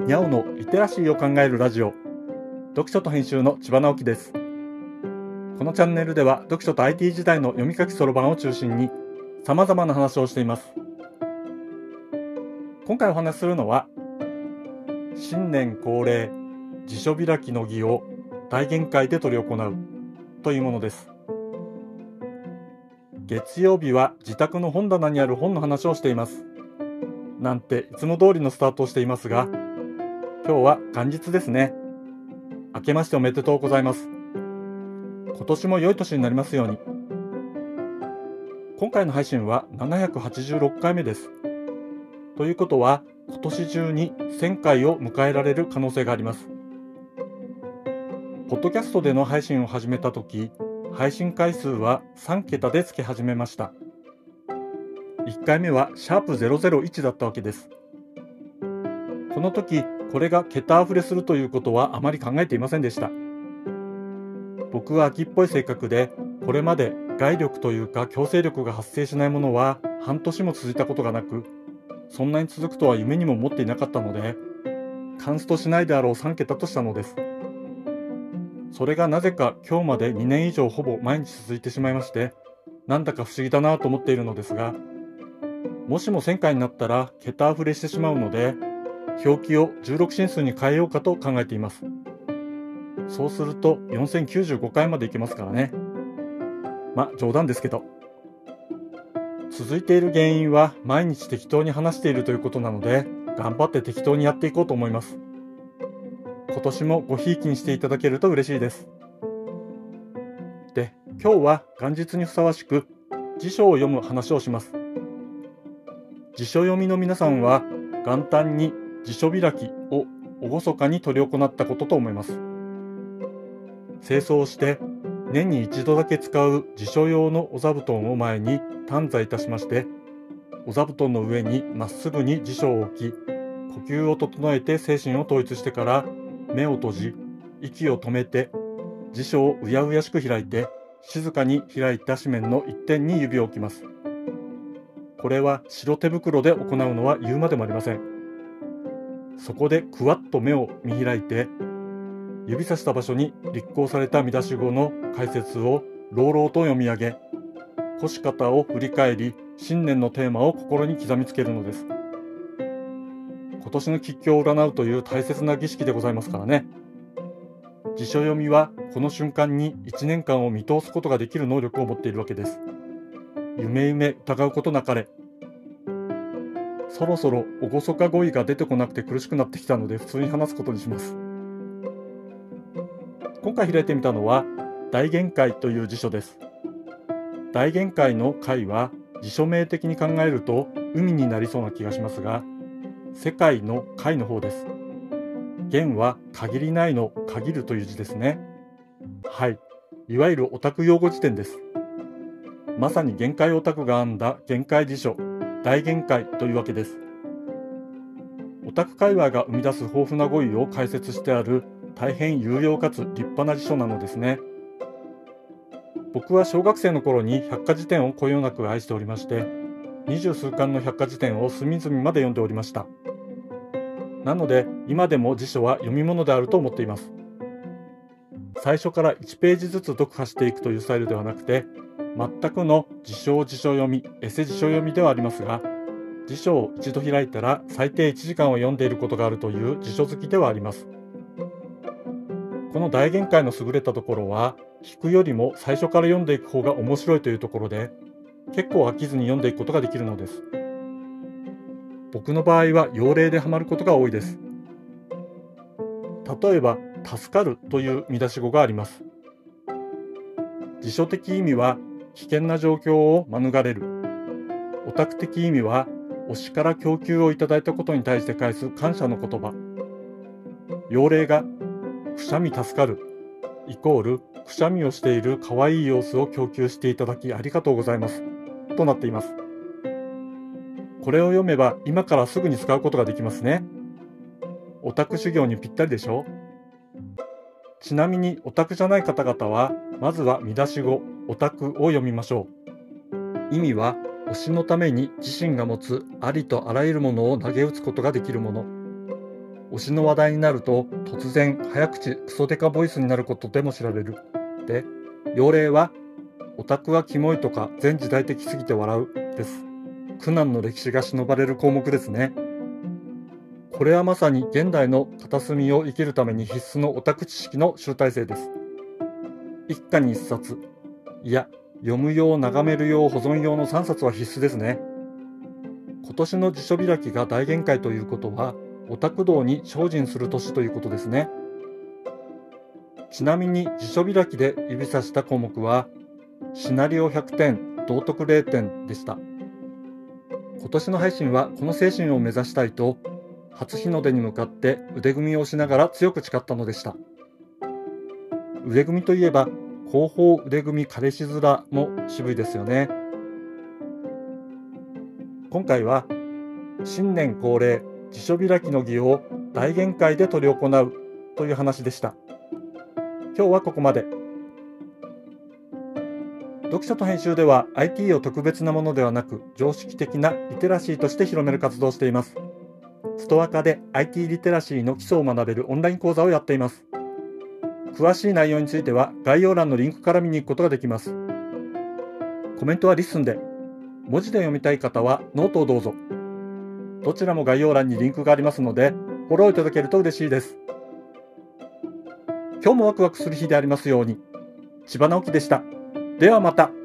にゃおのリテラシーを考えるラジオ、読書と編集の千葉直樹です。このチャンネルでは読書と IT 時代の読み書きそろばんを中心に様々な話をしています。今回お話しするのは、新年恒例辞書開きの儀を大限界で執り行うというものです。月曜日は自宅の本棚にある本の話をしています。なんていつも通りのスタートをしていますが、今日は元日ですね。明けましておめでとうございます。今年も良い年になりますように。今回の配信は786回目です。ということは、今年中に1000回を迎えられる可能性があります。ポッドキャストでの配信を始めたとき、配信回数は3桁でつけ始めました。1回目は#001だったわけです。この時、これが桁溢れするということはあまり考えていませんでした。僕は秋っぽい性格で、これまで外力というか強制力が発生しないものは半年も続いたことがなく、そんなに続くとは夢にも思っていなかったので、カンストしないであろう3桁としたのです。それがなぜか今日まで2年以上ほぼ毎日続いてしまいまして、なんだか不思議だなと思っているのですが、もしも1000回になったら桁溢れしてしまうので、表記を16進数に変えようかと考えています。そうすると4095回までいけますからね。冗談ですけど。続いている原因は毎日適当に話しているということなので、頑張って適当にやっていこうと思います。今年もごひいきにしていただけると嬉しいです。で、今日は元日にふさわしく辞書を読む話をします。辞書読みの皆さんは元旦に辞書開きを厳かに執り行ったことと思います。清掃して年に一度だけ使う辞書用のお座布団を前に短座いたしまして、お座布団の上にまっすぐに辞書を置き、呼吸を整えて精神を統一してから目を閉じ、息を止めて辞書をうやうやしく開いて、静かに開いた紙面の一点に指を置きます。これは白手袋で行うのは言うまでもありません。そこでくわっと目を見開いて、指さした場所に立候された見出し語の解説を朗々と読み上げ、腰方を振り返り、新年のテーマを心に刻みつけるのです。今年の吉凶を占うという大切な儀式でございますからね。辞書読みはこの瞬間に1年間を見通すことができる能力を持っているわけです。夢夢疑うことなかれ。そろそろ厳か語彙が出てこなくて苦しくなってきたので普通に話すことにします。今回開いてみたのは大限界という辞書です。大限界の界は辞書名的に考えると海になりそうな気がしますが、世界の界の方です。限は限りないの限るという字ですね。はい、いわゆるオタク用語辞典です。まさに限界オタクが編んだ限界辞書、大限界というわけです。オタク界隈が生み出す豊富な語彙を解説してある大変有用かつ立派な辞書なのですね。僕は小学生の頃に百科事典をこよなく愛しておりまして、20数巻の百科事典を隅々まで読んでおりました。なので今でも辞書は読み物であると思っています。最初から1ページずつ読破していくというスタイルではなくて、全くの辞書読み、エセ辞書読みではありますが、辞書を一度開いたら最低1時間を読んでいることがあるという辞書好きではあります。この大限界の優れたところは、引くよりも最初から読んでいく方が面白いというところで、結構飽きずに読んでいくことができるのです。僕の場合は要領でハマることが多いです。例えば、助かるという見出し語があります。辞書的意味は、危険な状況を免れる。オタク的意味は、推しから供給をいただいたことに対して返す感謝の言葉。要領が、くしゃみ助かる、イコール、くしゃみをしている可愛い様子を供給していただきありがとうございます。となっています。これを読めば今からすぐに使うことができますね。オタク修行にぴったりでしょ？ちなみにオタクじゃない方々は、まずは見出し語、オタクを読みましょう。意味は、推しのために自身が持つありとあらゆるものを投げ打つことができるもの。 推しの話題になると突然早口クソデカボイスになることでも知られる。で、要例はオタクはキモいとか全時代的すぎて笑うです。苦難の歴史が忍ばれる項目ですね。これはまさに現代の片隅を生きるために必須のオタク知識の集大成です。一家に一冊、いや読む用、眺める用、保存用の3冊は必須ですね。今年の辞書開きが大限界ということは、オタク道に精進する年ということですね。ちなみに辞書開きで指さした項目は、シナリオ100点、道徳0点でした。今年の配信はこの精神を目指したいと、初日の出に向かって腕組みをしながら強く誓ったのでした。腕組みといえば、後方腕組み彼氏面も渋いですよね。今回は新年恒例辞書開きの儀を大限界で執り行うという話でした。今日はここまで。読書と編集では IT を特別なものではなく常識的なリテラシーとして広める活動をしています。ストア化で IT リテラシーの基礎を学べるオンライン講座をやっています。詳しい内容については概要欄のリンクから見に行くことができます。コメントはリッスンで、文字で読みたい方はノートをどうぞ。どちらも概要欄にリンクがありますので、フォローいただけると嬉しいです。今日もワクワクする日でありますように。千葉直樹でした。ではまた。